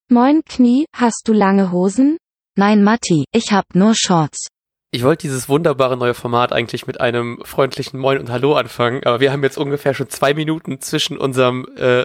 Moin Knie, hast du lange Hosen? Nein Matti, ich hab nur Shorts. Ich wollte dieses wunderbare neue Format eigentlich mit einem freundlichen Moin und Hallo anfangen, aber wir haben jetzt ungefähr schon 2 Minuten zwischen unserem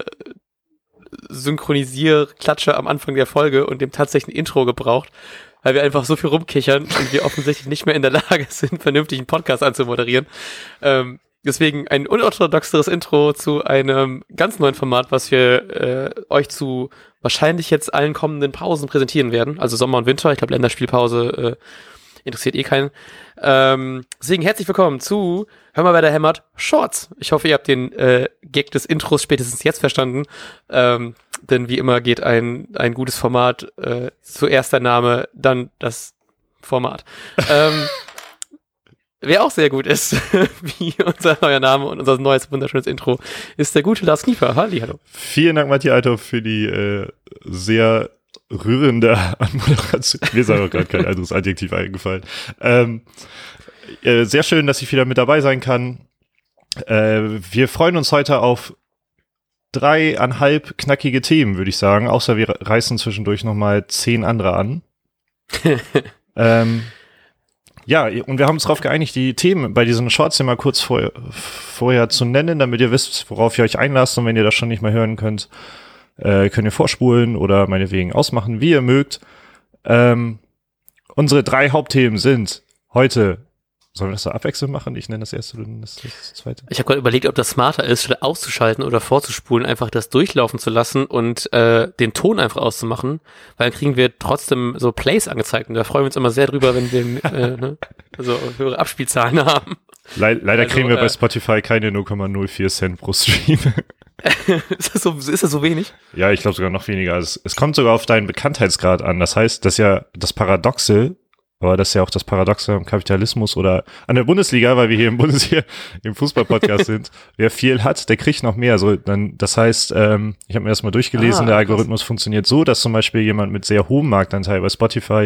Synchronisier-Klatscher am Anfang der Folge und dem tatsächlichen Intro gebraucht, weil wir einfach so viel rumkichern und wir offensichtlich nicht mehr in der Lage sind, vernünftigen Podcast anzumoderieren. Deswegen ein unorthodoxeres Intro zu einem ganz neuen Format, was wir euch zu wahrscheinlich jetzt allen kommenden Pausen präsentieren werden. Also Sommer und Winter, ich glaube Länderspielpause interessiert keinen. Deswegen herzlich willkommen zu Hör mal, wer da hämmert, Shorts. Ich hoffe, ihr habt den Gag des Intros spätestens jetzt verstanden. Denn wie immer geht ein gutes Format zuerst der Name, dann das Format. Wer auch sehr gut ist, wie unser neuer Name und unser neues wunderschönes Intro, ist der gute Lars Knieper. Hallo. Vielen Dank, Matthias Althoff, für die sehr rührende Anmoderation. Mir ist aber gerade kein anderes Adjektiv eingefallen. Sehr schön, dass ich wieder mit dabei sein kann. Wir freuen uns heute auf 3,5 knackige Themen, würde ich sagen, außer wir reißen zwischendurch nochmal 10 andere an. Ja, und wir haben uns darauf geeinigt, die Themen bei diesen Shorts immer kurz vorher zu nennen, damit ihr wisst, worauf ihr euch einlasst, und wenn ihr das schon nicht mehr hören könnt, könnt ihr vorspulen oder meinetwegen ausmachen, wie ihr mögt. Unsere 3 Hauptthemen sind heute, sollen wir das so abwechselnd machen? Ich nenne das erste, du nennst das zweite. Ich habe gerade überlegt, ob das smarter ist, statt auszuschalten oder vorzuspulen, einfach das durchlaufen zu lassen und den Ton einfach auszumachen, weil dann kriegen wir trotzdem so Plays angezeigt und da freuen wir uns immer sehr drüber, wenn wir also höhere Abspielzahlen haben. Leider kriegen wir bei Spotify keine 0,04 Cent pro Stream. Ist das so wenig? Ja, ich glaube sogar noch weniger. Also es kommt sogar auf deinen Bekanntheitsgrad an. Das heißt, das ist ja das Paradoxe, aber das ist ja auch das Paradoxe am Kapitalismus oder an der Bundesliga, weil wir hier im Fußball-Podcast sind. Wer viel hat, der kriegt noch mehr. So, das heißt, ich habe mir das mal durchgelesen, der Algorithmus funktioniert so, dass zum Beispiel jemand mit sehr hohem Marktanteil bei Spotify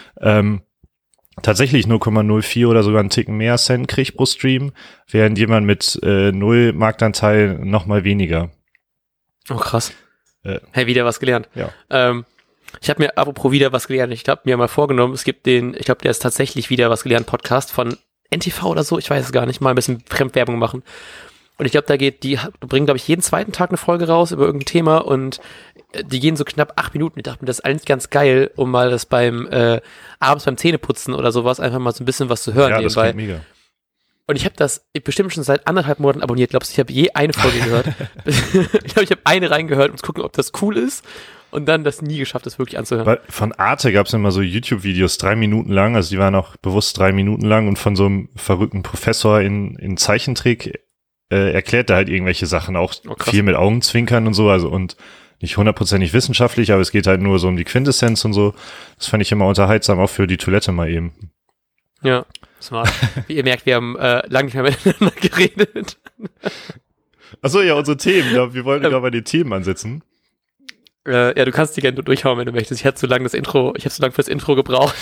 tatsächlich 0,04 oder sogar einen Ticken mehr Cent kriegt pro Stream, während jemand mit 0 Marktanteil noch mal weniger. Oh, krass. Hey, wieder was gelernt. Ja. Ich habe mir, apropos wieder was gelernt, ich habe mir mal vorgenommen, es gibt ich glaube, der ist tatsächlich wieder was gelernt, Podcast von NTV oder so, ich weiß es gar nicht, mal ein bisschen Fremdwerbung machen. Und ich glaube, die bringen, glaube ich, jeden zweiten Tag eine Folge raus über irgendein Thema und die gehen so knapp 8 Minuten. Ich dachte mir, das ist eigentlich ganz geil, um mal das abends beim Zähneputzen oder sowas einfach mal so ein bisschen was zu hören. Ja, das klingt mega. Und ich habe das bestimmt schon seit 1,5 Monaten abonniert. Glaubst du, ich habe je eine Folge gehört? Ich glaube, ich habe eine reingehört, um zu gucken, ob das cool ist. Und dann das nie geschafft, das wirklich anzuhören. Weil von Arte gab es immer so YouTube-Videos, 3 Minuten lang. Also die waren auch bewusst 3 Minuten lang und von so einem verrückten Professor in Zeichentrick erklärt er halt irgendwelche Sachen, auch viel mit Augenzwinkern und so, also und nicht 100% wissenschaftlich, aber es geht halt nur so um die Quintessenz und so. Das fand ich immer unterhaltsam, auch für die Toilette mal eben. Ja, smart. Wie ihr merkt, wir haben lange nicht mehr miteinander geredet. Achso, ja, unsere Themen. Ja, wir wollten gerade bei den Themen ansetzen. Ja, du kannst die gerne durchhauen, wenn du möchtest. Ich habe zu lange fürs Intro gebraucht.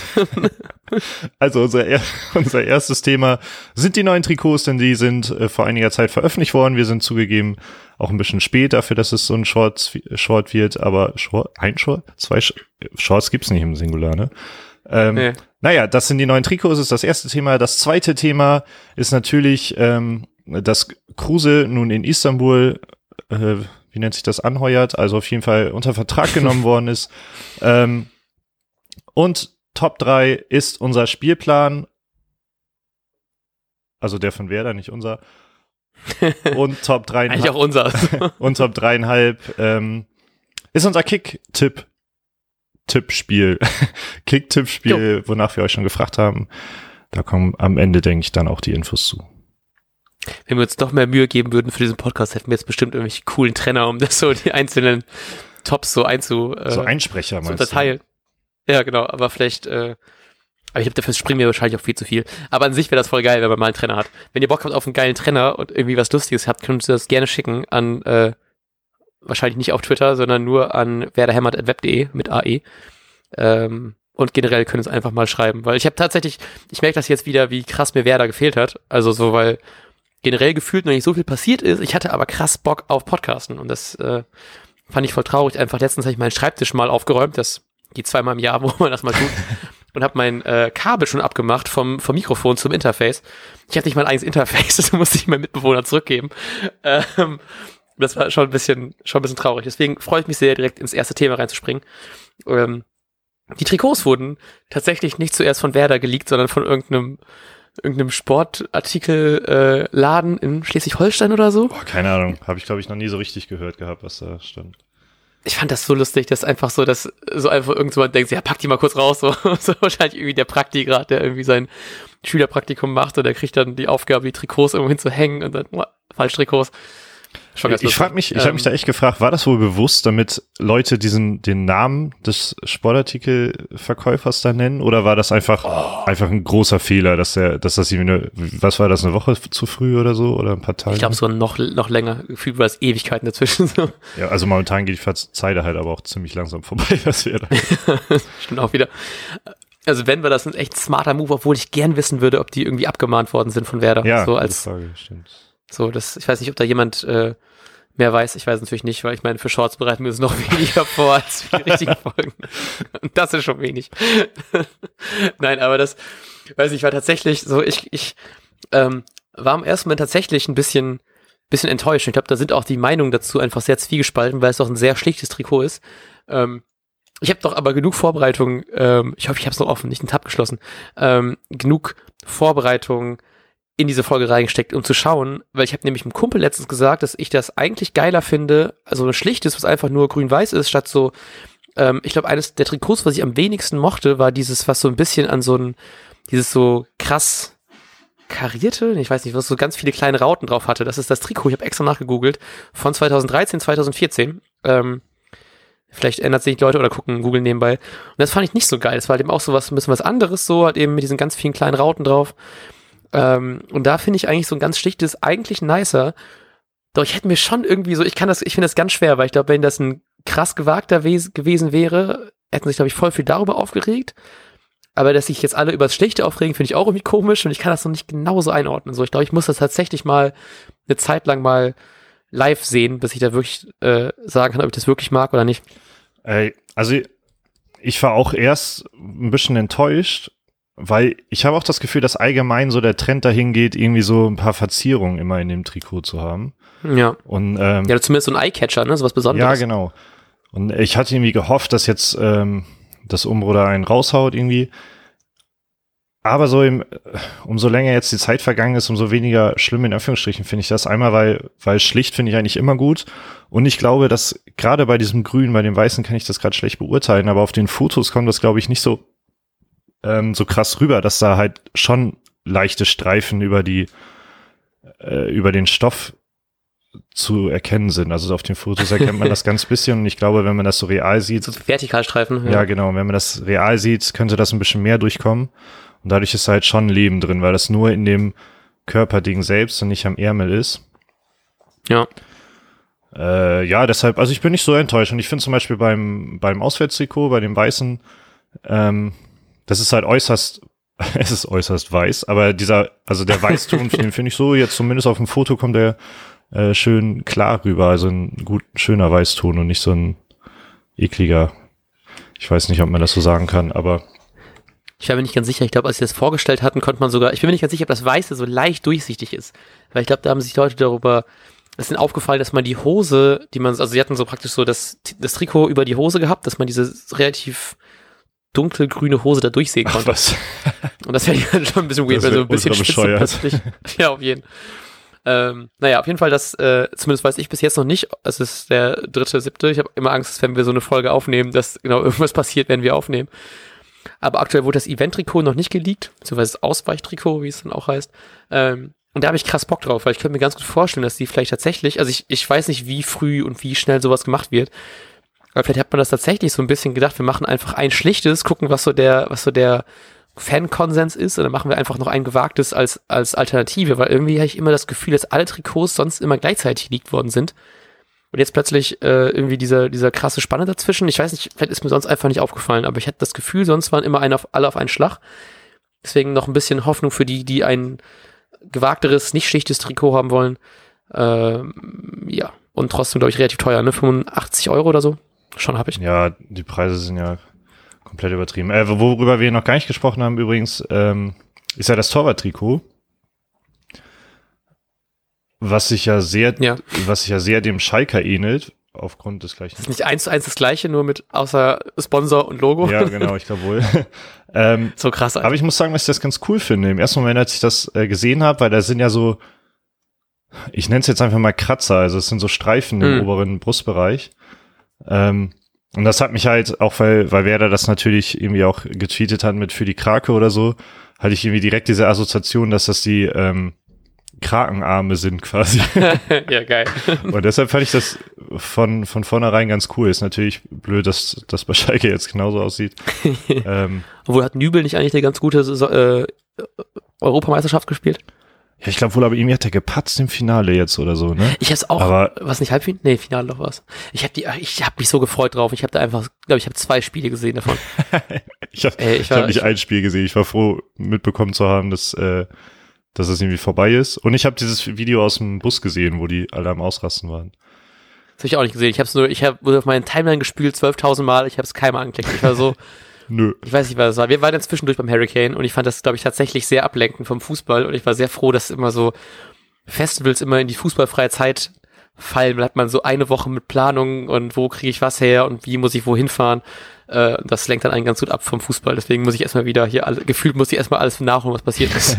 Also unser erstes Thema sind die neuen Trikots, denn die sind vor einiger Zeit veröffentlicht worden. Wir sind zugegeben auch ein bisschen spät dafür, dass es so ein Short wird, aber zwei Shorts gibt's nicht im Singular, ne? Nee. Naja, das sind die neuen Trikots, ist das erste Thema. Das zweite Thema ist natürlich, dass Kruse nun in Istanbul wie nennt sich das, anheuert, also auf jeden Fall unter Vertrag genommen worden ist. Und Top 3 ist unser Spielplan, also der von Werder, nicht unser. Und Top 3,5. Eigentlich auch unser. Und Top 3,5 ist unser Kick-Tipp-Spiel. Kick-Tipp-Spiel, wonach wir euch schon gefragt haben. Da kommen am Ende, denke ich, dann auch die Infos zu. Wenn wir uns doch mehr Mühe geben würden für diesen Podcast, hätten wir jetzt bestimmt irgendwelche coolen Trenner, um das so die einzelnen Tops so so Einsprecher meinst zu unterteilen. Ja, genau, aber vielleicht, aber ich glaube, dafür springen wir wahrscheinlich auch viel zu viel. Aber an sich wäre das voll geil, wenn man mal einen Trenner hat. Wenn ihr Bock habt auf einen geilen Trenner und irgendwie was Lustiges habt, könnt ihr das gerne schicken an, wahrscheinlich nicht auf Twitter, sondern nur an werderhämmert@web.de mit AE. Und generell können es einfach mal schreiben, weil ich merke das jetzt wieder, wie krass mir Werder gefehlt hat. Also so, weil generell gefühlt noch nicht so viel passiert ist. Ich hatte aber krass Bock auf Podcasten und das fand ich voll traurig. Einfach letztens habe ich meinen Schreibtisch mal aufgeräumt, das die 2-mal im Jahr, wo man das mal tut, und habe mein Kabel schon abgemacht vom Mikrofon zum Interface. Ich hatte nicht mein eigenes Interface, das musste ich meinem Mitbewohner zurückgeben. Das war schon ein bisschen traurig. Deswegen freue ich mich sehr, direkt ins erste Thema reinzuspringen. Die Trikots wurden tatsächlich nicht zuerst von Werder geleakt, sondern von irgendeinem Sportartikel-Laden in Schleswig-Holstein oder so. Boah, keine Ahnung. Habe ich, glaube ich, noch nie so richtig gehört gehabt, was da stand. Ich fand das so lustig, dass einfach so einfach irgendjemand denkt, ja, pack die mal kurz raus, so wahrscheinlich irgendwie der Praktiker, der irgendwie sein Schülerpraktikum macht und der kriegt dann die Aufgabe, die Trikots irgendwo hinzuhängen und dann, falsch Trikots. Ich habe mich da echt gefragt, war das wohl bewusst, damit Leute den Namen des Sportartikelverkäufers da nennen, oder war das einfach ein großer Fehler, dass das irgendwie was war das, eine Woche zu früh oder so, oder ein paar Tage? Ich glaube, so noch länger, gefühlt war es Ewigkeiten dazwischen. So. Ja, also momentan geht die Zeit halt aber auch ziemlich langsam vorbei, was wäre da. Stimmt auch wieder. Also wenn, war das ein echt smarter Move, obwohl ich gern wissen würde, ob die irgendwie abgemahnt worden sind von Werder. Ja, so als Frage, stimmt. So, ich weiß nicht, ob da jemand mehr weiß. Ich weiß natürlich nicht, weil ich meine, für Shorts bereiten wir uns noch weniger vor als für die richtigen Folgen. Und das ist schon wenig. Nein, aber das, weiß ich, war tatsächlich so, ich war im ersten Moment tatsächlich ein bisschen enttäuscht. Ich glaube, da sind auch die Meinungen dazu einfach sehr zwiegespalten, weil es doch ein sehr schlichtes Trikot ist. Ich habe doch aber genug Vorbereitung, ich hoffe, ich habe es noch offen, nicht einen Tab geschlossen, genug Vorbereitung in diese Folge reingesteckt, um zu schauen, weil ich habe nämlich einem Kumpel letztens gesagt, dass ich das eigentlich geiler finde, also ein schlichtes, was einfach nur grün-weiß ist, statt so, ich glaube, eines der Trikots, was ich am wenigsten mochte, war dieses, was so ein bisschen an dieses so krass karierte, ich weiß nicht, was so ganz viele kleine Rauten drauf hatte. Das ist das Trikot, ich habe extra nachgegoogelt, von 2013, 2014. Vielleicht ändert sich die Leute oder Google nebenbei. Und das fand ich nicht so geil. Das war halt eben auch so ein bisschen was anderes, so, hat eben mit diesen ganz vielen kleinen Rauten drauf. Und da finde ich eigentlich so ein ganz schlichtes eigentlich nicer. Doch ich hätte mir schon irgendwie so, ich finde das ganz schwer, weil ich glaube, wenn das ein krass gewagter gewesen wäre, hätten sich, glaube ich, voll viel darüber aufgeregt. Aber dass sich jetzt alle über das Schlichte aufregen, finde ich auch irgendwie komisch und ich kann das noch nicht genauso einordnen. So, ich glaube, ich muss das tatsächlich mal eine Zeit lang mal live sehen, bis ich da wirklich sagen kann, ob ich das wirklich mag oder nicht. Also ich war auch erst ein bisschen enttäuscht, weil ich habe auch das Gefühl, dass allgemein so der Trend dahin geht, irgendwie so ein paar Verzierungen immer in dem Trikot zu haben. Ja. Und ja, zumindest so ein Eyecatcher, ne, so was Besonderes. Ja, genau. Und ich hatte irgendwie gehofft, dass jetzt das Umbro da einen raushaut irgendwie. Aber so umso länger jetzt die Zeit vergangen ist, umso weniger schlimm in Anführungsstrichen finde ich das. Einmal, weil schlicht finde ich eigentlich immer gut. Und ich glaube, dass gerade bei diesem Grün, bei dem Weißen kann ich das gerade schlecht beurteilen, aber auf den Fotos kommt das, glaube ich, nicht so krass rüber, dass da halt schon leichte Streifen über den Stoff zu erkennen sind. Also auf den Fotos erkennt man das ganz bisschen und ich glaube, wenn man das so real sieht. So Vertikalstreifen. Ja, genau. Wenn man das real sieht, könnte das ein bisschen mehr durchkommen. Und dadurch ist halt schon Leben drin, weil das nur in dem Körperding selbst und nicht am Ärmel ist. Ja. Ja, deshalb, also ich bin nicht so enttäuscht. Und ich finde zum Beispiel beim Auswärtstrikot, bei dem Weißen, das ist halt es ist äußerst weiß, aber der Weißton, den finde ich so, jetzt zumindest auf dem Foto kommt der schön klar rüber, also ein schöner Weißton und nicht so ein ekliger, ich weiß nicht, ob man das so sagen kann, aber ich war mir nicht ganz sicher, ich glaube, als sie das vorgestellt hatten, konnte man sogar, ich bin mir nicht ganz sicher, ob das Weiße so leicht durchsichtig ist, weil ich glaube, da haben sich Leute es ist ihnen aufgefallen, dass man die Hose, also sie hatten so praktisch so das Trikot über die Hose gehabt, dass man diese relativ dunkelgrüne Hose da durchsehen konnte. Was? Und das wäre ja schon ein bisschen weird, weil so ein bisschen spitze plötzlich. Ja, auf jeden Fall. Naja, auf jeden Fall, das, zumindest weiß ich bis jetzt noch nicht, es ist der 3.7. Ich habe immer Angst, dass wenn wir so eine Folge aufnehmen, dass genau irgendwas passiert, wenn wir aufnehmen. Aber aktuell wurde das Event-Trikot noch nicht geleakt, beziehungsweise das Ausweichtrikot, wie es dann auch heißt. Und da habe ich krass Bock drauf, weil ich könnte mir ganz gut vorstellen, dass die vielleicht tatsächlich, also ich weiß nicht, wie früh und wie schnell sowas gemacht wird, aber vielleicht hat man das tatsächlich so ein bisschen gedacht, wir machen einfach ein schlichtes, gucken, was so der Fan-Konsens ist, und dann machen wir einfach noch ein gewagtes als Alternative, weil irgendwie habe ich immer das Gefühl, dass alle Trikots sonst immer gleichzeitig geleakt worden sind. Und jetzt plötzlich irgendwie dieser krasse Spanne dazwischen. Ich weiß nicht, vielleicht ist mir sonst einfach nicht aufgefallen, aber ich hatte das Gefühl, sonst waren immer alle auf einen Schlag. Deswegen noch ein bisschen Hoffnung für die ein gewagteres, nicht schlichtes Trikot haben wollen. Ja. und trotzdem, glaube ich, relativ teuer, ne? 85 € oder so. Schon habe ich. Ja, die Preise sind ja komplett übertrieben. Worüber wir noch gar nicht gesprochen haben übrigens, ist ja das Torwart-Trikot, was sich ja sehr dem Schalker ähnelt, aufgrund des gleichen. Das ist nicht 1:1 das gleiche, nur mit außer Sponsor und Logo. Ja, genau, ich glaube wohl. So krass. Alter. Aber ich muss sagen, dass ich das ganz cool finde. Im ersten Moment, als ich das gesehen habe, weil da sind ja so, ich nenne es jetzt einfach mal Kratzer, also es sind so Streifen im oberen Brustbereich. Und das hat mich halt, auch weil Werder das natürlich irgendwie auch getweetet hat mit für die Krake oder so, hatte ich irgendwie direkt diese Assoziation, dass das die Krakenarme sind quasi. Ja, geil. Und deshalb fand ich das von vornherein ganz cool. Ist natürlich blöd, dass das bei Schalke jetzt genauso aussieht. Obwohl hat Nübel nicht eigentlich eine ganz gute Europameisterschaft gespielt? Ja, ich glaube wohl, aber irgendwie hat er gepatzt im Finale jetzt oder so, ne? Ich hab's auch, aber was nicht Halbfinale? Nee, Finale doch was. Ich hab mich so gefreut drauf. Ich habe da einfach, glaube ich, habe 2 Spiele gesehen davon. ich hab nicht ein Spiel gesehen. Ich war froh, mitbekommen zu haben, dass es irgendwie vorbei ist. Und ich habe dieses Video aus dem Bus gesehen, wo die alle am Ausrasten waren. Das habe ich auch nicht gesehen. Ich habe auf meinen Timeline gespült 12.000 Mal. Ich habe es keinem angeklickt. Ich war so, nö. Ich weiß nicht, was das war. Wir waren dann zwischendurch beim Hurricane und ich fand das, glaube ich, tatsächlich sehr ablenkend vom Fußball und ich war sehr froh, dass immer so Festivals immer in die fußballfreie Zeit fallen. Da hat man so eine Woche mit Planung und wo kriege ich was her und wie muss ich wohin fahren. Das lenkt dann einen ganz gut ab vom Fußball. Deswegen muss ich erstmal wieder hier, gefühlt muss ich erstmal alles nachholen, was passiert ist.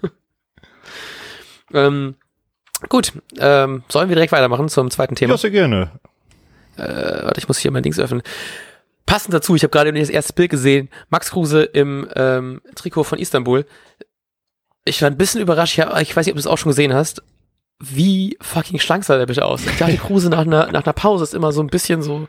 Gut, sollen wir direkt weitermachen zum zweiten Thema? Ja, sehr gerne. Warte, ich muss hier mein Dings öffnen. Passend dazu, ich habe gerade das erste Bild gesehen, Max Kruse im Trikot von Istanbul. Ich war ein bisschen überrascht, ich weiß nicht, ob du es auch schon gesehen hast, wie fucking schlank sah der bitte aus. Ich dachte, Kruse nach einer Pause ist immer so ein bisschen so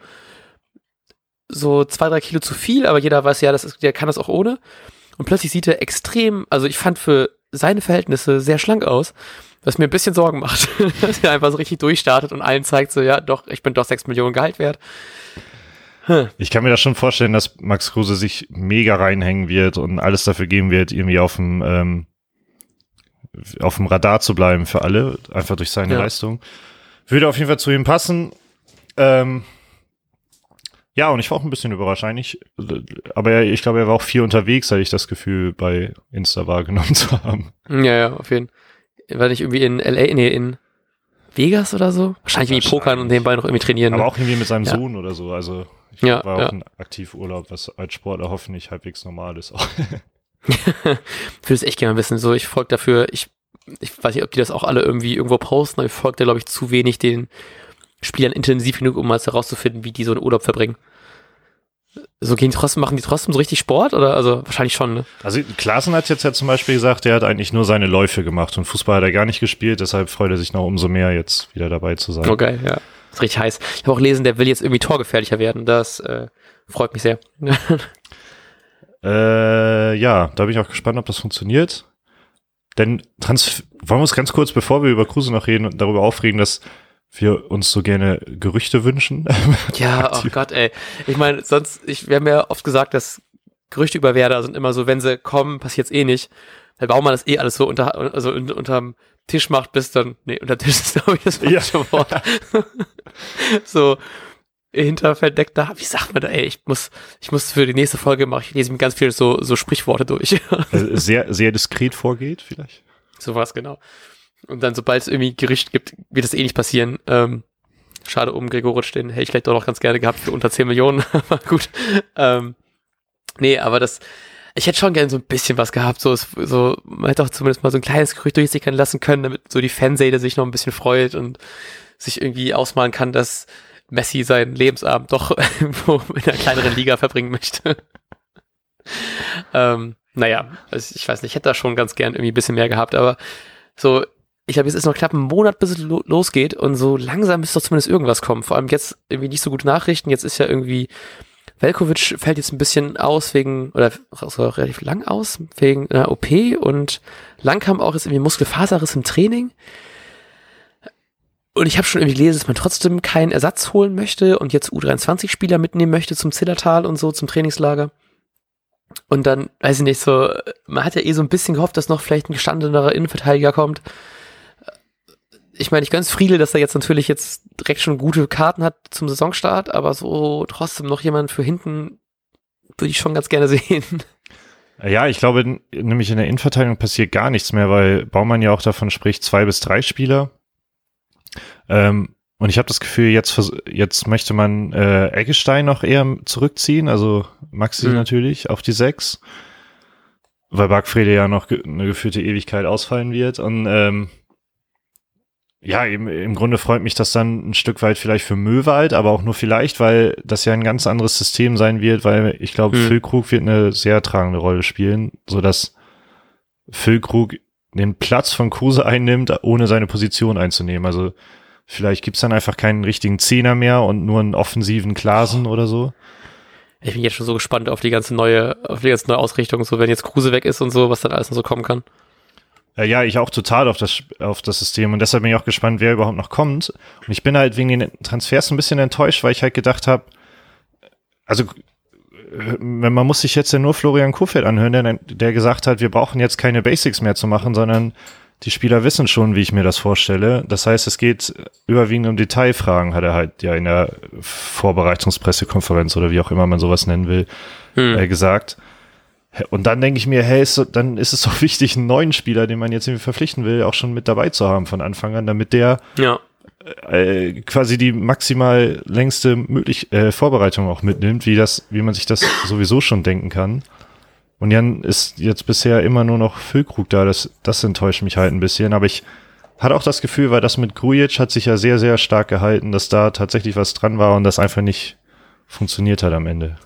2-3 Kilo zu viel, aber jeder weiß ja, der kann das auch ohne. Und plötzlich sieht er extrem, also ich fand für seine Verhältnisse sehr schlank aus, was mir ein bisschen Sorgen macht, dass er einfach so richtig durchstartet und allen zeigt so, ja doch, ich bin doch 6 Millionen Gehalt wert. Ich kann mir das schon vorstellen, dass Max Kruse sich mega reinhängen wird und alles dafür geben wird, irgendwie auf dem Radar zu bleiben für alle, einfach durch seine Leistung. Würde auf jeden Fall zu ihm passen. Ja, und ich war auch ein bisschen überrascht eigentlich, aber ich glaube, er war auch viel unterwegs, hatte ich das Gefühl, bei Insta wahrgenommen zu haben. Ja, auf jeden Fall. War nicht irgendwie in L.A., nee, in Vegas oder so? Wahrscheinlich irgendwie pokern und nebenbei noch irgendwie trainieren. Aber ne? auch irgendwie mit seinem Sohn oder so, also ich war auch ein Aktivurlaub, was als Sportler hoffentlich halbwegs normal ist auch. Ich würde es echt gerne wissen, so ich folge dafür, ich weiß nicht, ob die das auch alle irgendwie irgendwo posten, aber ich folge da, glaube ich, zu wenig den Spielern intensiv genug, um mal herauszufinden, wie die so einen Urlaub verbringen. So machen die trotzdem so richtig Sport? Oder? Also wahrscheinlich schon, ne? Also Klaassen hat jetzt ja zum Beispiel gesagt, er hat eigentlich nur seine Läufe gemacht und Fußball hat er gar nicht gespielt, deshalb freut er sich noch umso mehr, jetzt wieder dabei zu sein. Okay, ja. Ist richtig heiß. Ich habe auch gelesen, der will jetzt irgendwie torgefährlicher werden. Das freut mich sehr. Ja, da bin ich auch gespannt, ob das funktioniert. Denn wollen wir uns ganz kurz, bevor wir über Kruse noch reden und darüber aufregen, dass wir uns so gerne Gerüchte wünschen. Ja, oh Gott, ey. Ich meine, wir haben ja oft gesagt, dass Gerüchte über Werder sind immer so, wenn sie kommen, passiert's eh nicht. Weil Baumann das alles so unterm Tisch macht, bis dann, nee, unter Tisch ist, glaube ich, das falsche Wort. So, hinterverdeckt da, wie sagt man da, ey, ich muss für die nächste Folge ich lese mir ganz viel so Sprichworte durch. Sehr, sehr diskret vorgeht, vielleicht. So was, genau. Und dann, sobald es irgendwie Gerücht gibt, wird das eh nicht passieren. Schade um Gregoritsch, den hätte ich vielleicht doch noch ganz gerne gehabt für unter 10 Millionen, aber gut. Nee, aber ich hätte schon gerne so ein bisschen was gehabt, so, man hätte auch zumindest mal so ein kleines Gerücht durchsickern lassen können, damit so die Fanseele sich noch ein bisschen freut und sich irgendwie ausmalen kann, dass Messi seinen Lebensabend doch irgendwo in einer kleineren Liga verbringen möchte. Naja, also ich weiß nicht, ich hätte da schon ganz gern irgendwie ein bisschen mehr gehabt, aber so, ich glaube, jetzt ist noch knapp ein Monat, bis es losgeht und so langsam müsste doch zumindest irgendwas kommen. Vor allem jetzt irgendwie nicht so gute Nachrichten. Jetzt ist ja irgendwie Veljković fällt jetzt ein bisschen aus also relativ lang aus, wegen einer OP und Langkamp auch jetzt irgendwie Muskelfaserriss im Training. Und ich habe schon irgendwie gelesen, dass man trotzdem keinen Ersatz holen möchte und jetzt U23-Spieler mitnehmen möchte zum Zillertal und so, zum Trainingslager. Und dann, weiß ich nicht, so, man hat ja so ein bisschen gehofft, dass noch vielleicht ein gestandenerer Innenverteidiger kommt. ich meine, ich gönn's Friedel, dass er jetzt natürlich jetzt direkt schon gute Karten hat zum Saisonstart, aber so trotzdem noch jemanden für hinten würde ich schon ganz gerne sehen. Ja, ich glaube, nämlich in der Innenverteidigung passiert gar nichts mehr, weil Baumann ja auch davon spricht, 2 bis 3 Spieler. Und ich habe das Gefühl, jetzt möchte man Eggestein noch eher zurückziehen, also Maxi natürlich auf die 6, weil Bargfrede ja noch eine gefühlte Ewigkeit ausfallen wird. Und ja, eben im Grunde freut mich das dann ein Stück weit vielleicht für Möwald, aber auch nur vielleicht, weil das ja ein ganz anderes System sein wird, weil ich glaube, Füllkrug wird eine sehr tragende Rolle spielen, sodass Füllkrug den Platz von Kruse einnimmt, ohne seine Position einzunehmen. Also vielleicht gibt's dann einfach keinen richtigen Zehner mehr und nur einen offensiven Klaasen oder so. Ich bin jetzt schon so gespannt auf die ganze neue Ausrichtung, so wenn jetzt Kruse weg ist und so, was dann alles noch so kommen kann. Ja, ich auch total auf das System und deshalb bin ich auch gespannt, wer überhaupt noch kommt. Und ich bin halt wegen den Transfers ein bisschen enttäuscht, weil ich halt gedacht habe, also man muss sich jetzt ja nur Florian Kohfeldt anhören, der gesagt hat, wir brauchen jetzt keine Basics mehr zu machen, sondern die Spieler wissen schon, wie ich mir das vorstelle. Das heißt, es geht überwiegend um Detailfragen, hat er halt ja in der Vorbereitungspressekonferenz oder wie auch immer man sowas nennen will, gesagt. Und dann denke ich mir, dann ist es doch wichtig, einen neuen Spieler, den man jetzt irgendwie verpflichten will, auch schon mit dabei zu haben von Anfang an, damit der quasi die maximal längste Vorbereitung auch mitnimmt, wie man sich das sowieso schon denken kann. Und Jan ist jetzt bisher immer nur noch Füllkrug da, das enttäuscht mich halt ein bisschen, aber ich hatte auch das Gefühl, weil das mit Grujic hat sich ja sehr, sehr stark gehalten, dass da tatsächlich was dran war und das einfach nicht funktioniert hat am Ende.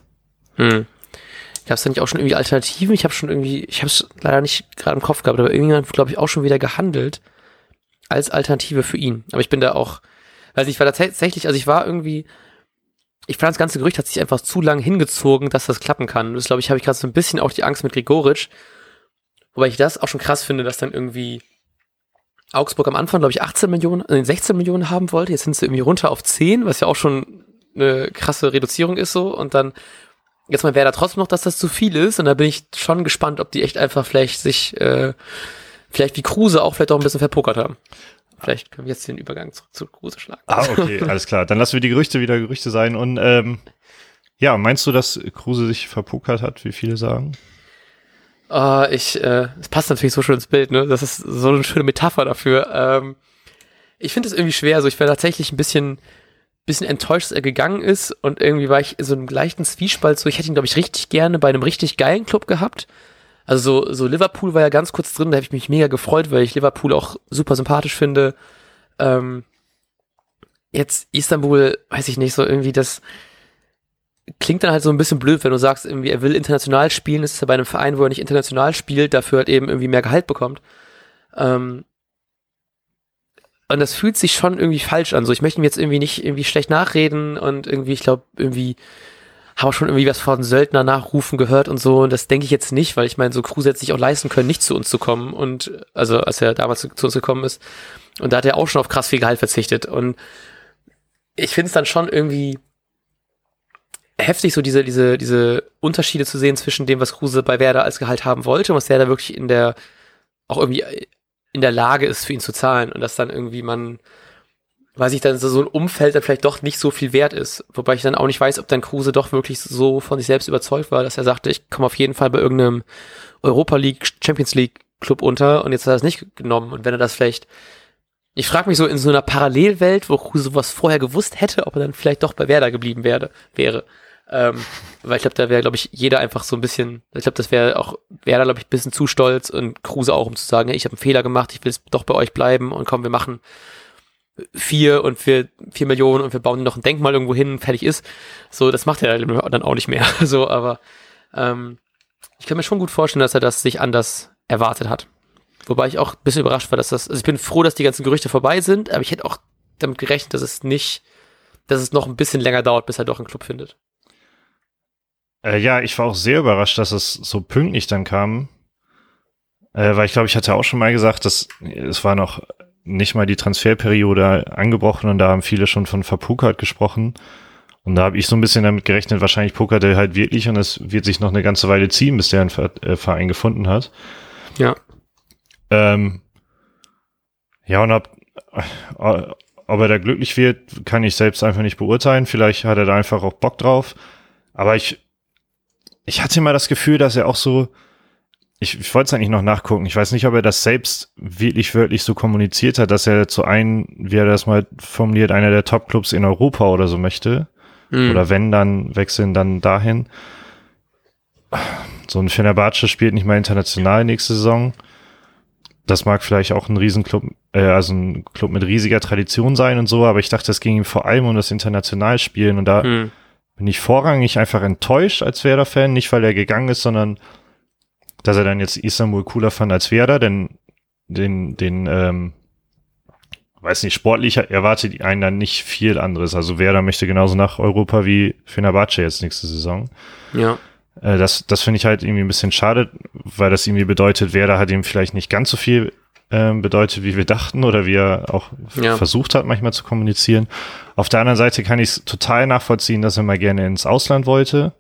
Gab es da nicht auch schon irgendwie Alternativen? Ich habe es leider nicht gerade im Kopf gehabt, aber irgendjemand, glaube ich, auch schon wieder gehandelt als Alternative für ihn. Aber ich bin da auch, weiß nicht, ich war tatsächlich, also ich fand das ganze Gerücht hat sich einfach zu lang hingezogen, dass das klappen kann. Und das, glaube ich, habe ich gerade so ein bisschen auch die Angst mit Gregoritsch. Wobei ich das auch schon krass finde, dass dann irgendwie Augsburg am Anfang, glaube ich, 16 Millionen haben wollte. Jetzt sind sie irgendwie runter auf 10, was ja auch schon eine krasse Reduzierung ist so. Und dann jetzt mal wäre da trotzdem noch, dass das zu viel ist. Und da bin ich schon gespannt, ob die echt einfach vielleicht wie Kruse auch vielleicht auch ein bisschen verpokert haben. Vielleicht können wir jetzt den Übergang zurück zu Kruse schlagen. Okay, alles klar. Dann lassen wir die Gerüchte wieder Gerüchte sein. Und ja, meinst du, dass Kruse sich verpokert hat, wie viele sagen? Es passt natürlich so schön ins Bild, ne? Das ist so eine schöne Metapher dafür. Ich finde es irgendwie schwer. Also ich war tatsächlich ein bisschen enttäuscht, dass er gegangen ist. Und irgendwie war ich in so einem leichten Zwiespalt. So, ich hätte ihn, glaube ich, richtig gerne bei einem richtig geilen Club gehabt. Also so Liverpool war ja ganz kurz drin, da habe ich mich mega gefreut, weil ich Liverpool auch super sympathisch finde. Jetzt Istanbul, weiß ich nicht, so irgendwie das klingt dann halt so ein bisschen blöd, wenn du sagst, irgendwie er will international spielen, das ist ja bei einem Verein, wo er nicht international spielt, dafür halt eben irgendwie mehr Gehalt bekommt. Und das fühlt sich schon irgendwie falsch an. So, ich möchte ihm jetzt irgendwie nicht irgendwie schlecht nachreden und irgendwie, ich glaube, irgendwie habe schon irgendwie was von Söldner nachrufen gehört und so, und das denke ich jetzt nicht, weil ich meine, so Kruse hätte sich auch leisten können, nicht zu uns zu kommen, und also als er damals zu uns gekommen ist, und da hat er auch schon auf krass viel Gehalt verzichtet, und ich finde es dann schon irgendwie heftig, so diese Unterschiede zu sehen zwischen dem, was Kruse bei Werder als Gehalt haben wollte und was Werder wirklich auch irgendwie in der Lage ist, für ihn zu zahlen, und dass dann irgendwie weiß ich, dann so ein Umfeld dann vielleicht doch nicht so viel wert ist. Wobei ich dann auch nicht weiß, ob dann Kruse doch wirklich so von sich selbst überzeugt war, dass er sagte, ich komme auf jeden Fall bei irgendeinem Europa League, Champions League Club unter, und jetzt hat er das nicht genommen. Und wenn er das vielleicht, ich frage mich so in so einer Parallelwelt, wo Kruse sowas vorher gewusst hätte, ob er dann vielleicht doch bei Werder geblieben wäre. Weil ich glaube, da wäre, glaube ich, jeder einfach so ein bisschen, ich glaube, das wäre auch Werder, glaube ich, ein bisschen zu stolz, und Kruse auch, um zu sagen, ja, ich habe einen Fehler gemacht, ich will jetzt doch bei euch bleiben, und komm, wir machen 4 Millionen und wir bauen noch ein Denkmal irgendwo hin, fertig ist. So, das macht er dann auch nicht mehr. So, aber ich kann mir schon gut vorstellen, dass er das sich anders erwartet hat. Wobei ich auch ein bisschen überrascht war, also ich bin froh, dass die ganzen Gerüchte vorbei sind, aber ich hätte auch damit gerechnet, dass es noch ein bisschen länger dauert, bis er doch einen Club findet. Ja, ich war auch sehr überrascht, dass es so pünktlich dann kam. Weil ich glaube, ich hatte auch schon mal gesagt, dass es war noch nicht mal die Transferperiode angebrochen, und da haben viele schon von verpokert gesprochen. Und da habe ich so ein bisschen damit gerechnet, wahrscheinlich pokert er halt wirklich, und es wird sich noch eine ganze Weile ziehen, bis der einen Verein gefunden hat. Ja. Ja, und ob er da glücklich wird, kann ich selbst einfach nicht beurteilen. Vielleicht hat er da einfach auch Bock drauf. Aber ich hatte immer das Gefühl, dass er auch so, ich wollte es eigentlich noch nachgucken. Ich weiß nicht, ob er das selbst wirklich wörtlich so kommuniziert hat, dass er zu wie er das mal formuliert, einer der Top-Clubs in Europa oder so möchte. Oder wenn, dann wechseln dann dahin. So ein Fenerbahce spielt nicht mal international nächste Saison. Das mag vielleicht auch ein Riesenclub, also ein Club mit riesiger Tradition sein und so, aber ich dachte, es ging ihm vor allem um das Internationalspielen und da bin ich vorrangig einfach enttäuscht als Werder-Fan, nicht weil er gegangen ist, sondern dass er dann jetzt Istanbul cooler fand als Werder, denn weiß nicht, sportlich erwartet einen dann nicht viel anderes. Also Werder möchte genauso nach Europa wie Fenerbahce jetzt nächste Saison. Ja. Das finde ich halt irgendwie ein bisschen schade, weil das irgendwie bedeutet, Werder hat ihm vielleicht nicht ganz so viel bedeutet, wie wir dachten oder wie er auch versucht hat, manchmal zu kommunizieren. Auf der anderen Seite kann ich es total nachvollziehen, dass er mal gerne ins Ausland wollte.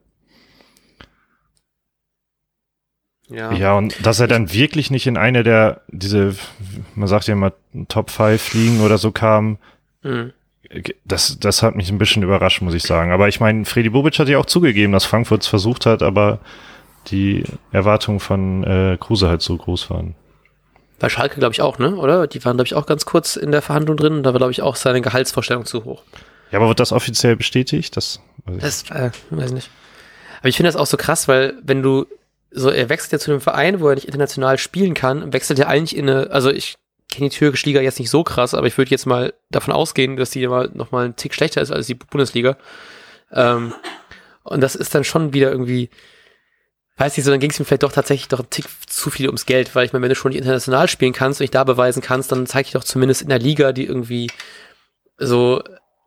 Ja, und dass er dann wirklich nicht in eine man sagt ja immer Top 5 Ligen oder so kam, das hat mich ein bisschen überrascht, muss ich sagen. Aber ich meine, Fredi Bobic hat ja auch zugegeben, dass Frankfurt es versucht hat, aber die Erwartungen von Kruse halt so groß waren. Bei Schalke, glaube ich, auch, ne? Oder? Die waren, glaube ich, auch ganz kurz in der Verhandlung drin und da war, glaube ich, auch seine Gehaltsvorstellung zu hoch. Ja, aber wird das offiziell bestätigt? Das weiß ich nicht. Aber ich finde das auch so krass, weil wenn du er wechselt ja zu einem Verein, wo er nicht international spielen kann, wechselt er eigentlich also ich kenne die türkische Liga jetzt nicht so krass, aber ich würde jetzt mal davon ausgehen, dass die noch mal einen Tick schlechter ist als die Bundesliga. Und das ist dann schon wieder irgendwie, weiß nicht, so dann ging es mir vielleicht doch tatsächlich doch einen Tick zu viel ums Geld, weil ich meine, wenn du schon nicht international spielen kannst und dich da beweisen kannst, dann zeig dich doch zumindest in der Liga, die irgendwie so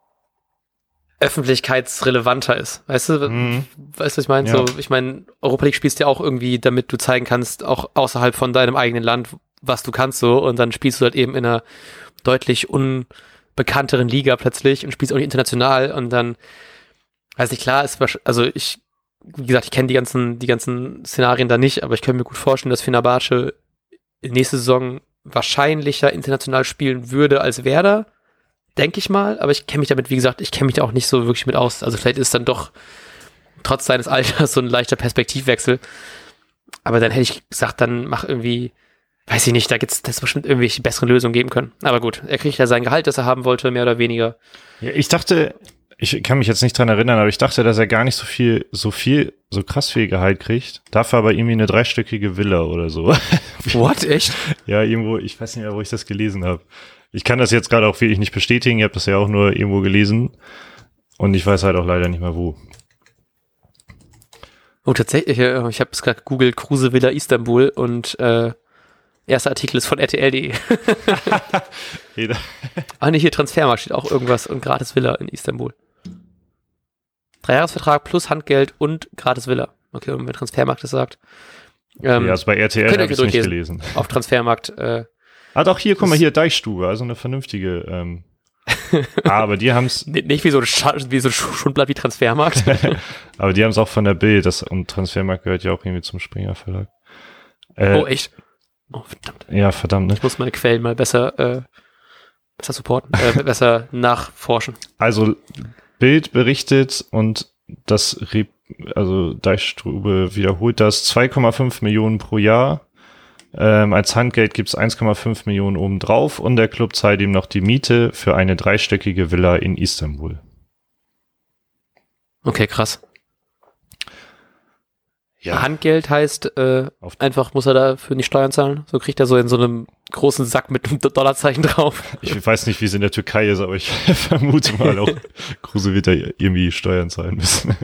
öffentlichkeitsrelevanter ist. Weißt du, was ich meine? Ja. So, ich meine, Europa League spielst du ja auch irgendwie, damit du zeigen kannst, auch außerhalb von deinem eigenen Land, was du kannst so, und dann spielst du halt eben in einer deutlich unbekannteren Liga plötzlich und spielst auch nicht international und dann, weiß nicht, klar, wie gesagt, ich kenne die ganzen Szenarien da nicht, aber ich könnte mir gut vorstellen, dass Fenerbahce nächste Saison wahrscheinlicher international spielen würde als Werder. Denke ich mal, aber ich kenne mich damit, wie gesagt, da auch nicht so wirklich mit aus. Also vielleicht ist dann doch trotz seines Alters so ein leichter Perspektivwechsel. Aber dann hätte ich gesagt, dann mach irgendwie, weiß ich nicht, da gibt's bestimmt irgendwelche besseren Lösungen geben können. Aber gut, er kriegt ja sein Gehalt, das er haben wollte, mehr oder weniger. Ja, ich dachte, ich kann mich jetzt nicht dran erinnern, aber ich dachte, dass er gar nicht so krass viel Gehalt kriegt. Dafür aber irgendwie eine 3-stöckige Villa oder so. What? Echt? Ja, irgendwo, ich weiß nicht mehr, wo ich das gelesen habe. Ich kann das jetzt gerade auch wirklich nicht bestätigen. Ihr habt das ja auch nur irgendwo gelesen. Und ich weiß halt auch leider nicht mehr wo. Oh, tatsächlich, ich habe es gerade gegoogelt, Kruse Villa Istanbul und erster Artikel ist von RTL.de. Nee, hier Transfermarkt steht auch irgendwas und gratis Villa in Istanbul. 3-Jahresvertrag plus Handgeld und gratis Villa. Okay, und wenn Transfermarkt das sagt. Also bei RTL habe ich es nicht gelesen. Auf Transfermarkt, doch, hier, guck mal, hier, Deichstube, also eine vernünftige, aber die haben's. Nicht wie so ein Schundblatt wie Transfermarkt. Aber die haben's auch von der Bild, und Transfermarkt gehört ja auch irgendwie zum Springer Verlag. Oh, echt? Oh, verdammt. Ja, verdammt, ne? Ich muss meine Quellen mal besser supporten, besser nachforschen. Also, Bild berichtet und Deichstube wiederholt das 2,5 Millionen pro Jahr. Als Handgeld gibt's 1,5 Millionen obendrauf und der Club zahlt ihm noch die Miete für eine 3-stöckige Villa in Istanbul. Okay, krass. Ja. Handgeld heißt, einfach muss er dafür nicht Steuern zahlen. So kriegt er so in so einem großen Sack mit einem Dollarzeichen drauf. Ich weiß nicht, wie es in der Türkei ist, aber ich vermute mal auch, Kruse wird da irgendwie Steuern zahlen müssen.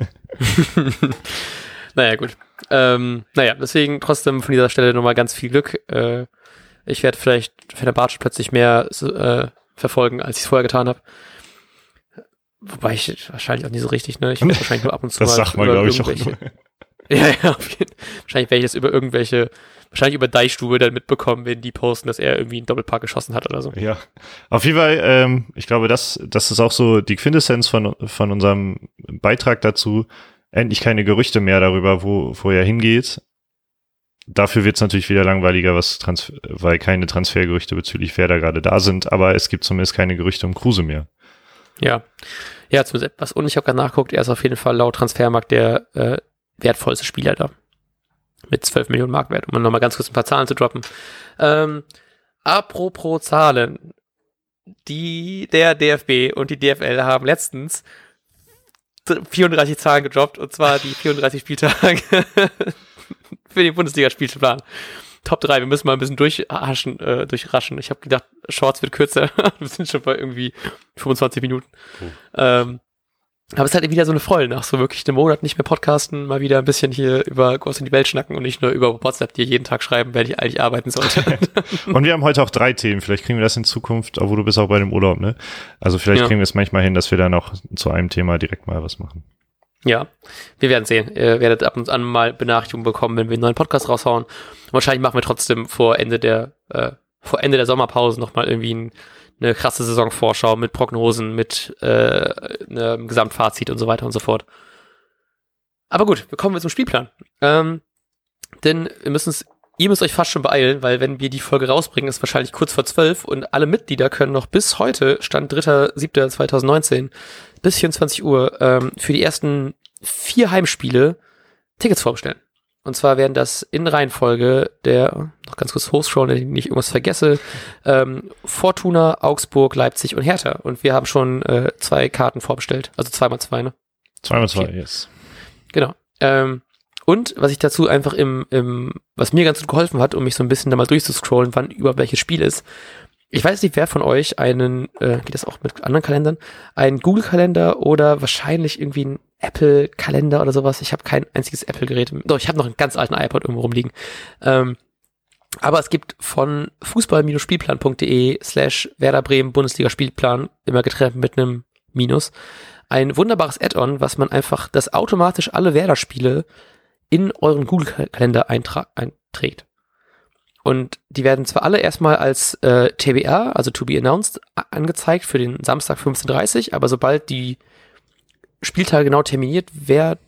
Naja, gut. Deswegen trotzdem von dieser Stelle nochmal ganz viel Glück. Ich werde vielleicht Fenerbahce plötzlich mehr verfolgen, als ich es vorher getan habe. Wobei ich wahrscheinlich auch nicht so richtig, ne? Ich werde wahrscheinlich nur ab und zu das sagt man, glaube ich, auch nur. Ja, wahrscheinlich werde ich das wahrscheinlich über Deichstube dann mitbekommen, wenn die posten, dass er irgendwie einen Doppelpack geschossen hat oder so. Ja, auf jeden Fall, ich glaube, das ist auch so die Quintessenz von unserem Beitrag dazu. Endlich keine Gerüchte mehr darüber, wo er hingeht. dafür wird es natürlich wieder langweiliger, weil keine Transfergerüchte bezüglich Werder gerade da sind, aber es gibt zumindest keine Gerüchte um Kruse mehr. Ja, zumindest etwas. Und ich habe gerade nachgeguckt, er ist auf jeden Fall laut Transfermarkt der wertvollste Spieler da. Mit 12 Millionen Marktwert, um nochmal ganz kurz ein paar Zahlen zu droppen. Apropos Zahlen. Der DFB und die DFL haben letztens 34 Zahlen gedroppt, und zwar die 34 Spieltage für den Bundesliga-Spielplan. Top 3, wir müssen mal ein bisschen durchraschen. Ich habe gedacht, Shorts wird kürzer. Wir sind schon bei irgendwie 25 Minuten. Aber es ist halt wieder so eine Freude, nach so wirklich einem Monat nicht mehr podcasten, mal wieder ein bisschen hier über Ghost in die Welt schnacken und nicht nur über WhatsApp dir jeden Tag schreiben, wer ich eigentlich arbeiten sollte. Und wir haben heute auch 3 Themen. Vielleicht kriegen wir das in Zukunft, obwohl du bist auch bei dem Urlaub, ne? Also vielleicht kriegen wir es manchmal hin, dass wir dann auch zu einem Thema direkt mal was machen. Ja, wir werden sehen. Ihr werdet ab und an mal Benachrichtigungen bekommen, wenn wir einen neuen Podcast raushauen. Und wahrscheinlich machen wir trotzdem vor Ende der Sommerpause nochmal irgendwie eine krasse Saisonvorschau mit Prognosen, mit einem Gesamtfazit und so weiter und so fort. Aber gut, wir kommen zum Spielplan. Denn ihr müsst euch fast schon beeilen, weil wenn wir die Folge rausbringen, ist wahrscheinlich kurz vor 12 und alle Mitglieder können noch bis heute, Stand 3.7.2019, bis 24 Uhr für die ersten 4 Heimspiele Tickets vorbestellen. Und zwar werden das in Reihenfolge noch ganz kurz hochscrollen, wenn ich nicht irgendwas vergesse, Fortuna, Augsburg, Leipzig und Hertha. Und wir haben schon 2 Karten vorbestellt. Also 2x2, ne? 2x2, yes. Genau. Und was ich dazu einfach was mir ganz gut geholfen hat, um mich so ein bisschen da mal durchzuscrollen, wann über welches Spiel ist. Ich weiß nicht, wer von euch geht das auch mit anderen Kalendern, einen Google-Kalender oder wahrscheinlich irgendwie einen Apple-Kalender oder sowas. Ich habe kein einziges Apple-Gerät. Doch, ich habe noch einen ganz alten iPod irgendwo rumliegen. Aber es gibt von fußball-spielplan.de/Werder Bremen Bundesliga-Spielplan, immer getrennt mit einem Minus, ein wunderbares Add-on, was man einfach, das automatisch alle Werder-Spiele in euren Google-Kalender einträgt. Und die werden zwar alle erstmal als TBA, also to be announced, angezeigt für den Samstag 15:30, aber sobald die Spieltage genau terminiert wird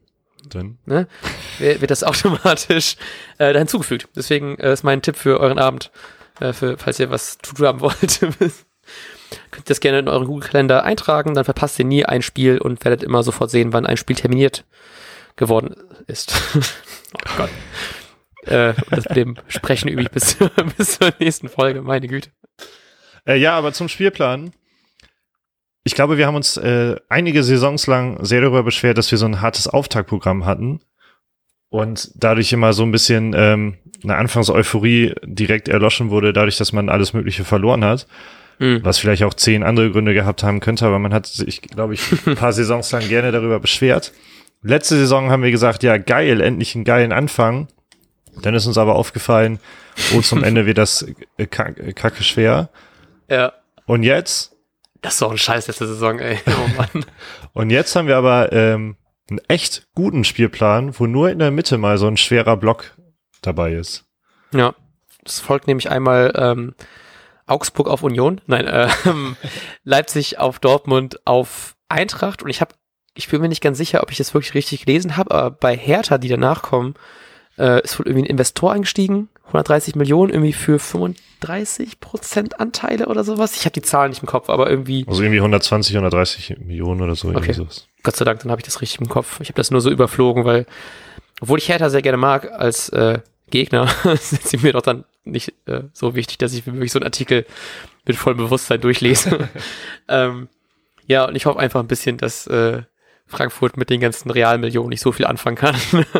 das automatisch da hinzugefügt. Deswegen ist mein Tipp für euren Abend, falls ihr was to do haben wollt, könnt ihr das gerne in euren Google-Kalender eintragen, dann verpasst ihr nie ein Spiel und werdet immer sofort sehen, wann ein Spiel terminiert geworden ist. Oh Gott. Das mit dem Sprechen übe ich bis zur nächsten Folge, meine Güte. Ja, aber zum Spielplan. Ich glaube, wir haben uns einige Saisons lang sehr darüber beschwert, dass wir so ein hartes Auftaktprogramm hatten und dadurch immer so ein bisschen eine Anfangseuphorie direkt erloschen wurde, dadurch, dass man alles Mögliche verloren hat. Was vielleicht auch 10 andere Gründe gehabt haben könnte, aber man hat sich, glaube ich, ein paar Saisons lang gerne darüber beschwert. Letzte Saison haben wir gesagt, ja geil, endlich einen geilen Anfang. Dann ist uns aber aufgefallen, zum Ende wird das kacke schwer. Ja. Und jetzt? Das ist doch ein Scheiß letzte Saison, ey. Oh Mann. Und jetzt haben wir aber einen echt guten Spielplan, wo nur in der Mitte mal so ein schwerer Block dabei ist. Ja, es folgt nämlich einmal Augsburg auf Union, Leipzig auf Dortmund auf Eintracht und ich bin mir nicht ganz sicher, ob ich das wirklich richtig gelesen habe, aber bei Hertha, die danach kommen, ist wohl irgendwie ein Investor eingestiegen, 130 Millionen irgendwie für 35% Anteile oder sowas. Ich habe die Zahlen nicht im Kopf, aber irgendwie... Also irgendwie 120, 130 Millionen oder so. Okay, Gott sei Dank, dann habe ich das richtig im Kopf. Ich habe das nur so überflogen, weil, obwohl ich Hertha sehr gerne mag als Gegner, sind sie mir doch dann nicht so wichtig, dass ich mir wirklich so einen Artikel mit vollem Bewusstsein durchlese. Ja, und ich hoffe einfach ein bisschen, dass Frankfurt mit den ganzen Realmillionen nicht so viel anfangen kann.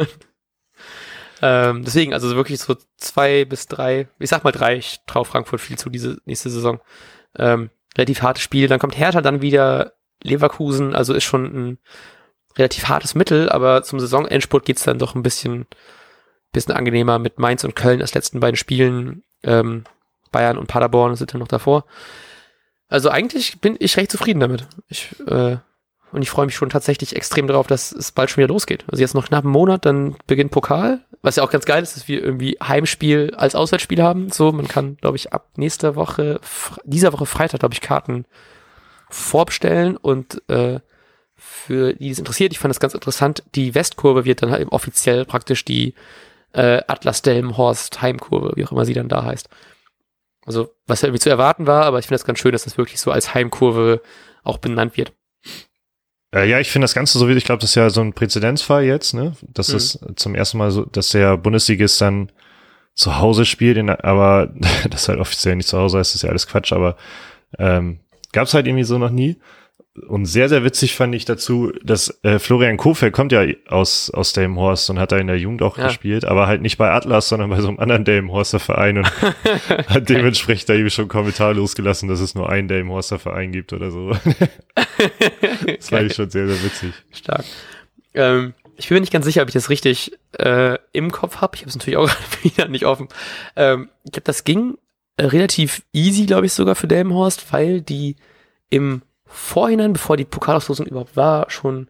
Deswegen, also wirklich so 2 bis 3, ich sag mal 3, ich traue Frankfurt viel zu diese nächste Saison. Relativ hartes Spiel, dann kommt Hertha, dann wieder Leverkusen, also ist schon ein relativ hartes Mittel, aber zum Saisonendspurt geht's dann doch ein bisschen angenehmer mit Mainz und Köln als letzten beiden Spielen. Bayern und Paderborn sind dann noch davor. Also eigentlich bin ich recht zufrieden damit. Und ich freue mich schon tatsächlich extrem darauf, dass es bald schon wieder losgeht. Also jetzt noch knapp einen Monat, dann beginnt Pokal. Was ja auch ganz geil ist, dass wir irgendwie Heimspiel als Auswärtsspiel haben. So, man kann, glaube ich, ab dieser Woche Freitag, glaube ich, Karten vorbestellen. Und für die es interessiert, ich fand das ganz interessant, die Westkurve wird dann halt eben offiziell praktisch die Atlas Delmenhorst Heimkurve, wie auch immer sie dann da heißt. Also, was ja irgendwie zu erwarten war, aber ich finde das ganz schön, dass das wirklich so als Heimkurve auch benannt wird. Ja, ich finde das Ganze so, ich glaube, das ist ja so ein Präzedenzfall jetzt, ne? Das ist zum ersten Mal so, dass der Bundesligist dann zu Hause spielt, aber das halt offiziell nicht zu Hause heißt, ist ja alles Quatsch, aber gab es halt irgendwie so noch nie. Und sehr, sehr witzig fand ich dazu, dass Florian Kohfeldt kommt ja aus Delmenhorst und hat da in der Jugend auch gespielt, aber halt nicht bei Atlas, sondern bei so einem anderen Delmenhorster Verein und hat dementsprechend da eben schon Kommentar losgelassen, dass es nur einen Delmenhorster Verein gibt oder so. Das fand ich schon sehr, sehr witzig. Stark. Ich bin mir nicht ganz sicher, ob ich das richtig im Kopf habe. Ich habe es natürlich auch gerade wieder nicht offen. Ich glaube, das ging relativ easy, glaube ich, sogar für Delmenhorst, weil die im Vorhinein, bevor die Pokalauslosung überhaupt war, schon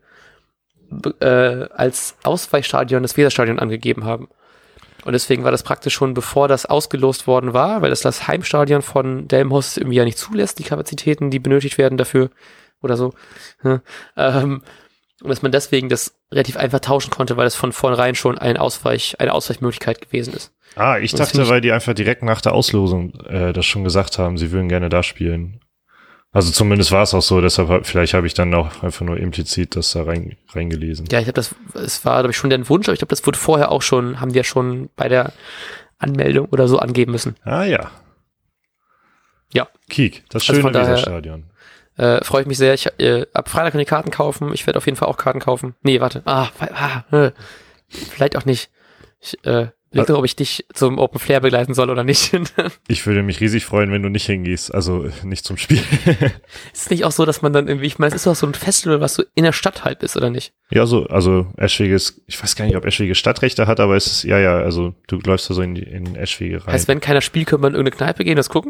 als Ausweichstadion das Weserstadion angegeben haben. Und deswegen war das praktisch schon, bevor das ausgelost worden war, weil das Heimstadion von Delmenhorst irgendwie ja nicht zulässt, die Kapazitäten, die benötigt werden dafür oder so. Und dass man deswegen das relativ einfach tauschen konnte, weil es von vornherein schon eine Ausweichmöglichkeit gewesen ist. Ich dachte, weil die einfach direkt nach der Auslosung das schon gesagt haben, sie würden gerne da spielen. Also zumindest war es auch so, deshalb vielleicht habe ich dann auch einfach nur implizit das da reingelesen. Ja, ich glaube, es war, glaube ich, schon deren Wunsch, aber ich glaube, das wurde vorher auch schon, haben die ja schon bei der Anmeldung oder so angeben müssen. Ja. Ja. Kiek, das schöne Weserstadion. Freue ich mich sehr. Ab Freitag kann ich Karten kaufen. Ich werde auf jeden Fall auch Karten kaufen. Nee, warte. Vielleicht auch nicht. Ich überlege doch, ob ich dich zum Open Flair begleiten soll oder nicht. Ich würde mich riesig freuen, wenn du nicht hingehst, also nicht zum Spiel. Ist es nicht auch so, dass man dann irgendwie, ich meine, es ist doch so ein Festival, was so in der Stadt halt ist, oder nicht? Ja, also Eschweges, ich weiß gar nicht, ob Eschwege Stadtrechte hat, aber es ist, also du läufst da so in Eschwege rein. Heißt, wenn keiner spielt, könnte man in irgendeine Kneipe gehen, das gucken?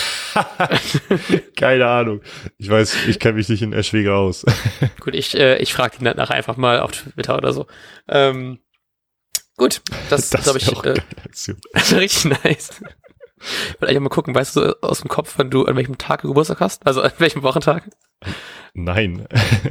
Keine Ahnung. Ich kenne mich nicht in Eschwege aus. Gut, ich frage die nachher einfach mal auf Twitter oder so. Gut, das glaube ich, das ist richtig nice. Ich will eigentlich mal gucken, weißt du so aus dem Kopf, wann du an welchem Tag du Geburtstag hast? Also an welchem Wochentag? Nein.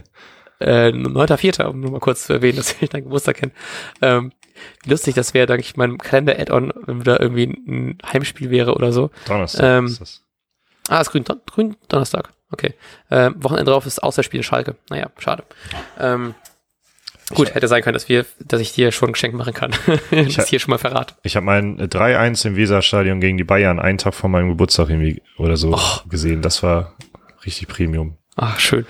9.4., um nur mal kurz zu erwähnen, dass ich deinen Geburtstag kenne. Wie lustig das wäre, dank ich meinem Kalender-Add-on, wenn da irgendwie ein Heimspiel wäre oder so. Donnerstag ist das. Ist grün Donnerstag. Okay. Wochenende drauf ist Auswärtsspiel in Schalke. Naja, schade. Gut, hätte sein können, dass ich dir schon ein Geschenk machen kann. Das hier schon mal verrate. Ich habe mein 3-1 im Weserstadion gegen die Bayern einen Tag vor meinem Geburtstag irgendwie oder so gesehen. Das war richtig Premium. Ach, schön.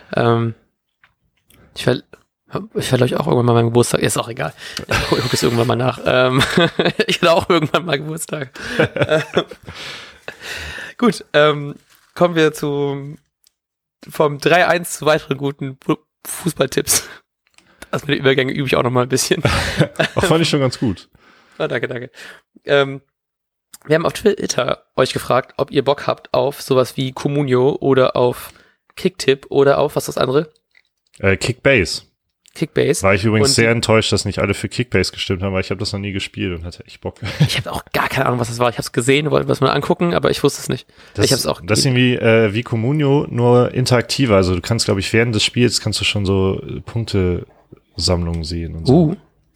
Ich werde euch auch irgendwann mal meinen Geburtstag. Ist auch egal. Ich gucke es irgendwann mal nach. Ich hatte auch irgendwann mal Geburtstag. Gut, kommen wir vom 3-1 zu weiteren guten Fußballtipps. Also mit den Übergängen übe ich auch noch mal ein bisschen. Auch fand ich schon ganz gut. Danke. Wir haben auf Twitter euch gefragt, ob ihr Bock habt auf sowas wie Communio oder auf Kicktip oder auf, was ist das andere? Kickbase. Kickbase. War ich übrigens sehr enttäuscht, dass nicht alle für Kickbase gestimmt haben, weil ich habe das noch nie gespielt und hatte echt Bock. Ich habe auch gar keine Ahnung, was das war. Ich habe es gesehen, wollte was mal angucken, aber ich wusste es nicht. Das ist irgendwie wie Communio, nur interaktiver. Also du kannst, glaube ich, während des Spiels kannst du schon so Punktesammlungen sehen und so.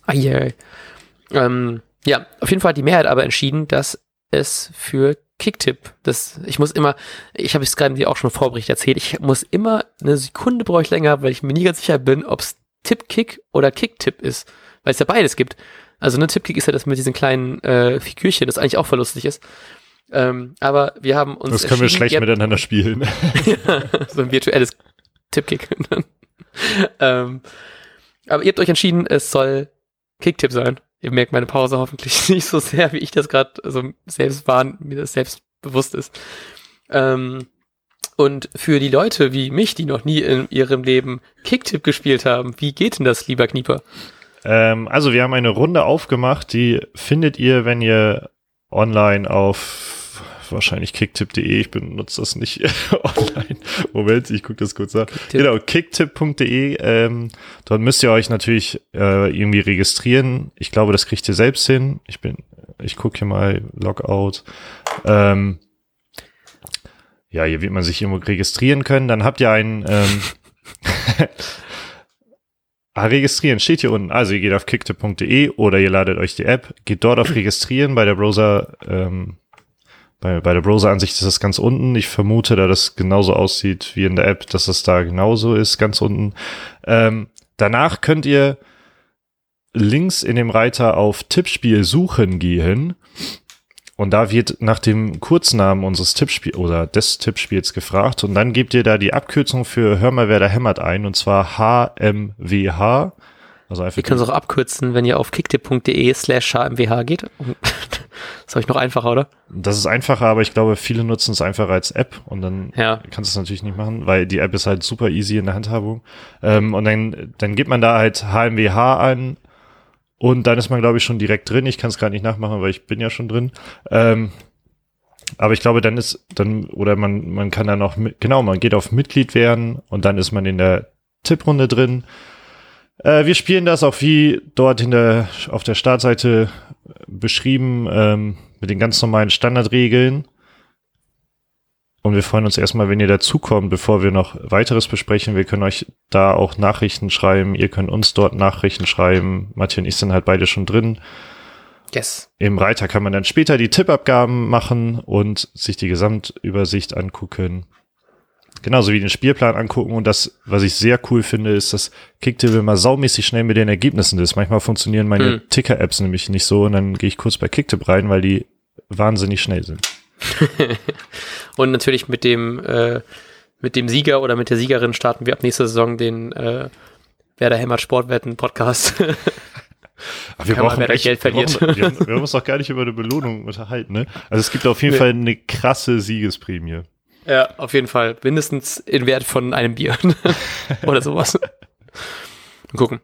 Ja, auf jeden Fall hat die Mehrheit aber entschieden, dass es für Kicktip, ich habe es gerade dir auch schon vorbericht erzählt, ich muss immer eine Sekunde brauche ich länger, weil ich mir nie ganz sicher bin, ob es Tipp-Kick oder Kick-Tipp ist, weil es ja beides gibt. Also eine Tipp-Kick ist ja das mit diesen kleinen Figürchen, das eigentlich auch voll lustig ist. Aber wir haben uns das können wir schlecht miteinander spielen. Ja, so ein virtuelles Tipp-Kick. Aber ihr habt euch entschieden, es soll Kick-Tipp sein. Ihr merkt meine Pause hoffentlich nicht so sehr, wie ich das gerade mir das selbst bewusst ist. Und für die Leute wie mich, die noch nie in ihrem Leben Kicktipp gespielt haben, wie geht denn das, lieber Knieper? Also wir haben eine Runde aufgemacht, die findet ihr, wenn ihr online auf wahrscheinlich kicktipp.de, ich benutze das nicht online. Moment, ich gucke das kurz nach. Genau, kicktipp.de. Dort müsst ihr euch natürlich irgendwie registrieren. Ich glaube, das kriegt ihr selbst hin. Ich gucke hier mal Logout. Ja, hier wird man sich irgendwo registrieren können. Dann habt ihr Registrieren steht hier unten. Also ihr geht auf kicktipp.de oder ihr ladet euch die App, geht dort auf Registrieren bei der Browser, bei der Browser-Ansicht ist das ganz unten. Ich vermute, da das genauso aussieht wie in der App, dass das da genauso ist, ganz unten. Danach könnt ihr links in dem Reiter auf Tippspiel suchen gehen. Und da wird nach dem Kurznamen unseres Tippspiels oder des Tippspiels gefragt. Und dann gebt ihr da die Abkürzung für Hör mal, wer da hämmert ein. Und zwar HMWH. Also einfach. Ihr könnt es auch abkürzen, wenn ihr auf kicktipp.de/HMWH geht. Das ist euch noch einfacher, oder? Das ist einfacher, aber ich glaube, viele nutzen es einfach als App. Und dann kannst du es natürlich nicht machen, weil die App ist halt super easy in der Handhabung. Und dann gibt man da halt HMWH ein. Und dann ist man, glaube ich, schon direkt drin. Ich kann es gerade nicht nachmachen, weil ich bin ja schon drin. Aber ich glaube, man kann dann auch, man geht auf Mitglied werden und dann ist man in der Tipprunde drin. Wir spielen das auch wie dort auf der Startseite beschrieben, mit den ganz normalen Standardregeln. Und wir freuen uns erstmal, wenn ihr dazukommt, bevor wir noch weiteres besprechen. Wir können euch da auch Nachrichten schreiben. Ihr könnt uns dort Nachrichten schreiben. Matthias und ich sind halt beide schon drin. Yes. Im Reiter kann man dann später die Tippabgaben machen und sich die Gesamtübersicht angucken. Genauso wie den Spielplan angucken. Und das, was ich sehr cool finde, ist, dass Kicktipp immer saumäßig schnell mit den Ergebnissen ist. Manchmal funktionieren meine Ticker-Apps nämlich nicht so. Und dann gehe ich kurz bei Kicktipp rein, weil die wahnsinnig schnell sind. Und natürlich mit dem Sieger oder mit der Siegerin starten wir ab nächster Saison den Werder Hämmert Sportwetten Podcast. Wir brauchen Geld verliert. Wir haben uns doch gar nicht über eine Belohnung unterhalten, ne? Also es gibt auf jeden Fall eine krasse Siegesprämie. Ja, auf jeden Fall. Mindestens in Wert von einem Bier. Oder sowas. Mal gucken.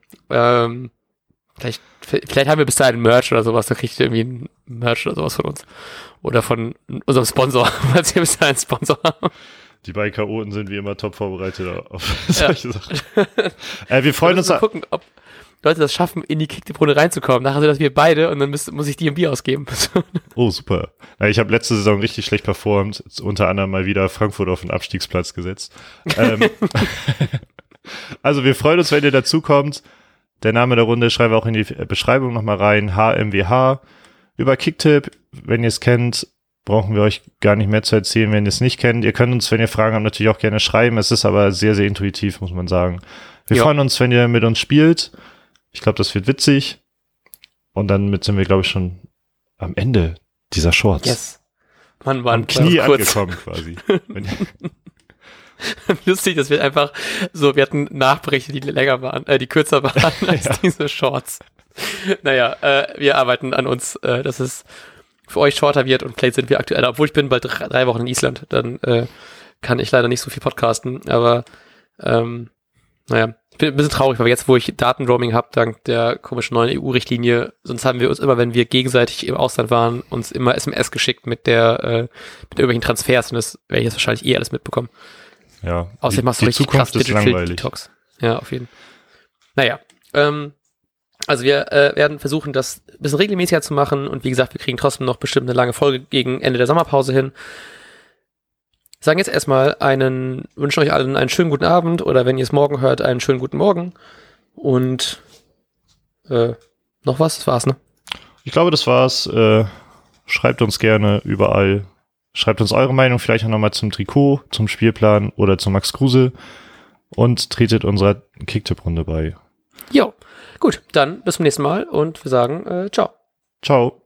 Vielleicht haben wir bis dahin Merch oder sowas, da kriegt ihr irgendwie ein Merch oder sowas von uns. Oder von unserem Sponsor, falls wir bis dahin einen Sponsor haben. Die beiden Chaoten sind wie immer top vorbereitet auf solche Sachen. Wir freuen uns. Mal gucken, ob Leute das schaffen, in die Kicktipp-Runde reinzukommen. Nachher sind das wir beide und dann muss ich dir ein Bier ausgeben. Oh, super. Ich habe letzte Saison richtig schlecht performt. Unter anderem mal wieder Frankfurt auf den Abstiegsplatz gesetzt. Also wir freuen uns, wenn ihr dazukommt. Der Name der Runde schreiben wir auch in die Beschreibung nochmal rein. HMWH. Über Kicktipp, wenn ihr es kennt, brauchen wir euch gar nicht mehr zu erzählen, wenn ihr es nicht kennt. Ihr könnt uns, wenn ihr Fragen habt, natürlich auch gerne schreiben. Es ist aber sehr, sehr intuitiv, muss man sagen. Wir freuen uns, wenn ihr mit uns spielt. Ich glaube, das wird witzig. Und dann sind wir, glaube ich, schon am Ende dieser Shorts. Yes. Mann, am Knie angekommen quasi. Lustig, das wird einfach so, wir hatten Nachberichte, die länger waren, die kürzer waren als diese Shorts. Naja, wir arbeiten an uns, dass es für euch shorter wird und vielleicht sind wir aktuell, obwohl ich bin bald 3 Wochen in Island, dann kann ich leider nicht so viel podcasten, aber naja, ich bin ein bisschen traurig, weil jetzt, wo ich Datenroaming habe, dank der komischen neuen EU-Richtlinie, sonst haben wir uns immer, wenn wir gegenseitig im Ausland waren, uns immer SMS geschickt mit irgendwelchen Transfers und das werde ich jetzt wahrscheinlich alles mitbekommen. Ja. Außerdem machst du richtig krass Digital Detox. Ja, auf jeden Fall. Naja, also wir werden versuchen, das ein bisschen regelmäßiger zu machen und wie gesagt, wir kriegen trotzdem noch bestimmt eine lange Folge gegen Ende der Sommerpause hin. Sagen jetzt erstmal wünschen euch allen einen schönen guten Abend oder wenn ihr es morgen hört, einen schönen guten Morgen und noch was? Das war's, ne? Ich glaube, das war's. Schreibt uns gerne überall. Schreibt uns eure Meinung vielleicht auch nochmal zum Trikot, zum Spielplan oder zu Max Kruse und tretet unserer Kicktipp-Runde bei. Jo. Gut, dann bis zum nächsten Mal und wir sagen ciao. Ciao.